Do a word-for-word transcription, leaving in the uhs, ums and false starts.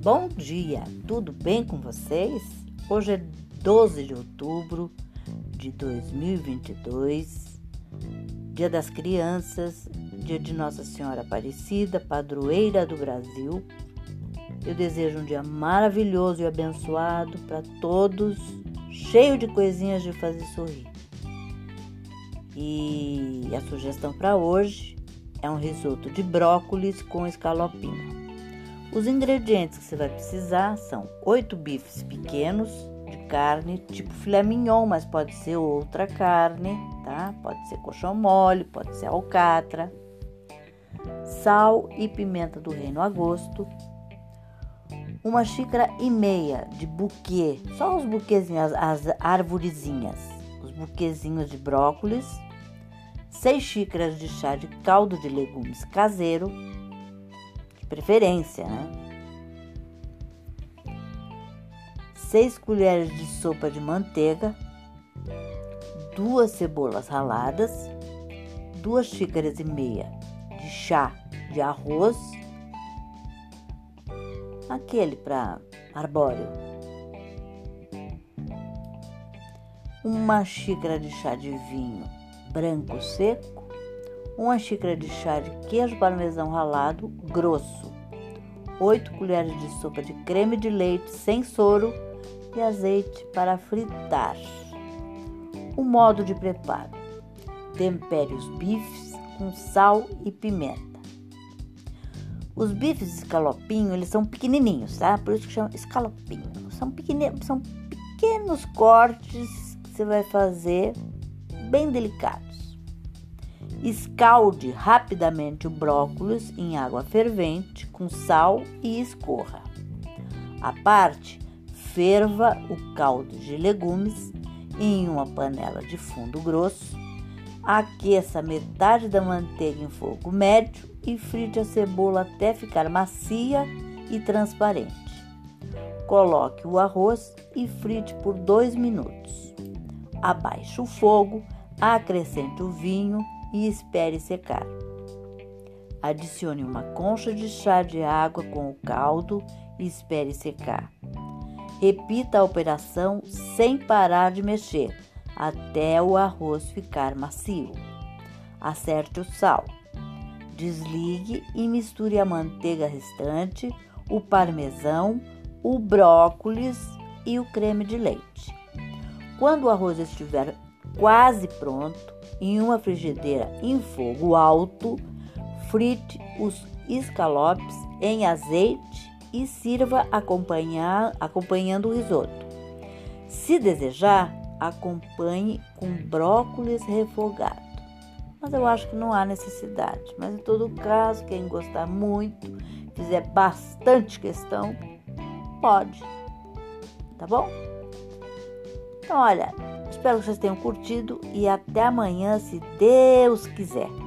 Bom dia, tudo bem com vocês? Hoje é doze de outubro de dois mil e vinte e dois, Dia das Crianças, dia de Nossa Senhora Aparecida, padroeira do Brasil. Eu desejo um dia maravilhoso e abençoado para todos, cheio de coisinhas de fazer sorrir. E a sugestão para hoje é um risoto de brócolis com escalopinho. Os ingredientes que você vai precisar são oito bifes pequenos de carne, tipo filé mignon, mas pode ser outra carne, tá? Pode ser coxão mole, pode ser alcatra, sal e pimenta do reino a gosto, uma xícara e meia de buquê, só os buquezinhos, as, as arvorezinhas, os buquezinhos de brócolis, seis xícaras de chá de caldo de legumes caseiro, preferência, né? seis colheres de sopa de manteiga, duas cebolas raladas, duas xícaras e meia de chá de arroz, aquele para arbóreo, uma xícara de chá de vinho branco seco, uma xícara de chá de queijo parmesão ralado grosso, oito colheres de sopa de creme de leite sem soro e azeite para fritar. O modo de preparo: tempere os bifes com sal e pimenta. Os bifes escalopinho, eles são pequenininhos, tá? Por isso que chama escalopinho. São pequenos, são pequenos cortes que você vai fazer bem delicados. Escalde rapidamente o brócolis em água fervente com sal e escorra. À parte, ferva o caldo de legumes em uma panela de fundo grosso. Aqueça metade da manteiga em fogo médio e frite a cebola até ficar macia e transparente. Coloque o arroz e frite por dois minutos. Abaixe o fogo, acrescente o vinho e espere secar. Adicione uma concha de chá de água com o caldo e espere secar. Repita a operação sem parar de mexer até o arroz ficar macio. Acerte o sal. Desligue e misture a manteiga restante, o parmesão, o brócolis e o creme de leite. Quando o arroz estiver quase pronto, em uma frigideira em fogo alto, frite os escalopes em azeite e sirva acompanhar, acompanhando o risoto. Se desejar, acompanhe com brócolis refogado. Mas eu acho que não há necessidade. Mas em todo caso, quem gostar muito, fizer bastante questão, pode. Tá bom? Então, olha, espero que vocês tenham curtido e até amanhã, se Deus quiser.